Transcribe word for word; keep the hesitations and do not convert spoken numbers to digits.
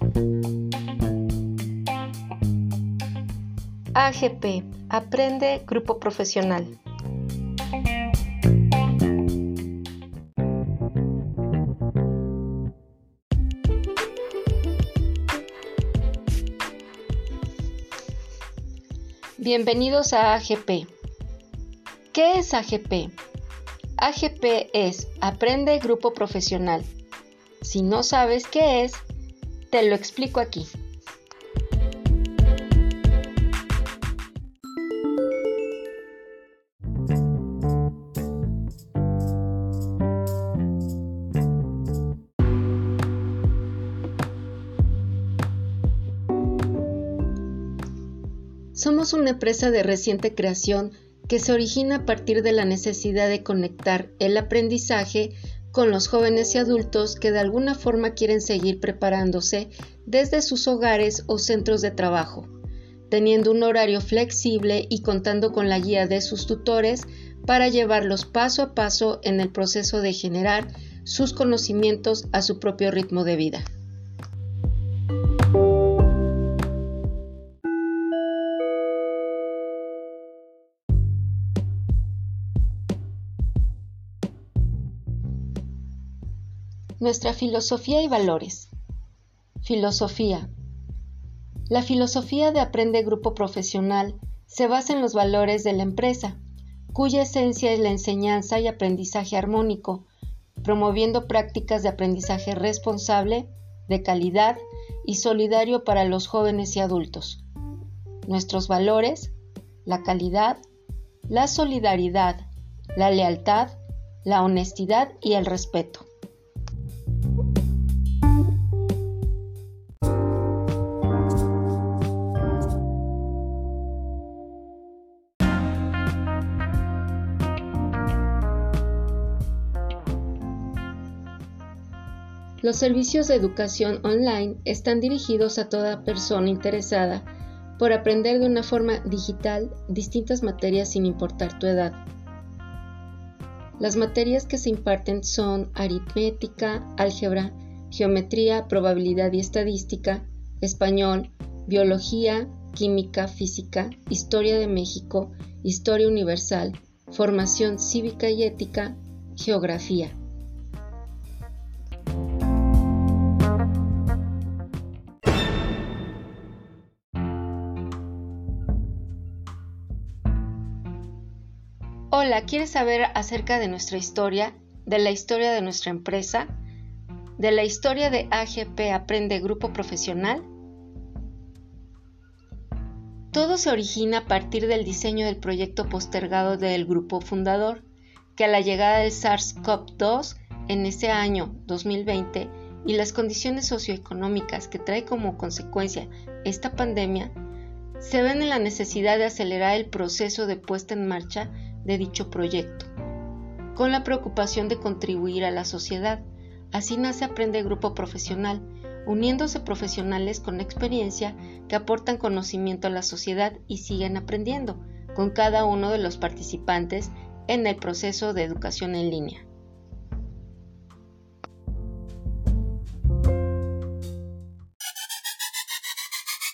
A G P, Aprende Grupo Profesional. Bienvenidos a A G P. ¿Qué es A G P? A G P es Aprende Grupo Profesional. Si no sabes qué es, te lo explico aquí. Somos una empresa de reciente creación que se origina a partir de la necesidad de conectar el aprendizaje con los jóvenes y adultos que de alguna forma quieren seguir preparándose desde sus hogares o centros de trabajo, teniendo un horario flexible y contando con la guía de sus tutores para llevarlos paso a paso en el proceso de generar sus conocimientos a su propio ritmo de vida. Nuestra filosofía y valores. Filosofía. La filosofía de Aprende Grupo Profesional se basa en los valores de la empresa, cuya esencia es la enseñanza y aprendizaje armónico, promoviendo prácticas de aprendizaje responsable, de calidad y solidario para los jóvenes y adultos. Nuestros valores: la calidad, la solidaridad, la lealtad, la honestidad y el respeto. Los servicios de educación online están dirigidos a toda persona interesada por aprender de una forma digital distintas materias sin importar tu edad. Las materias que se imparten son aritmética, álgebra, geometría, probabilidad y estadística, español, biología, química, física, historia de México, historia universal, formación cívica y ética, geografía. Hola, ¿quieres saber acerca de nuestra historia, de la historia de nuestra empresa, de la historia de A G P Aprende Grupo Profesional? Todo se origina a partir del diseño del proyecto postergado del grupo fundador, que a la llegada del SARS-CoV dos en ese año dos mil veinte y las condiciones socioeconómicas que trae como consecuencia esta pandemia, se ven en la necesidad de acelerar el proceso de puesta en marcha de dicho proyecto, con la preocupación de contribuir a la sociedad. Así nace Aprende Grupo Profesional, uniéndose profesionales con experiencia que aportan conocimiento a la sociedad y siguen aprendiendo con cada uno de los participantes en el proceso de educación en línea.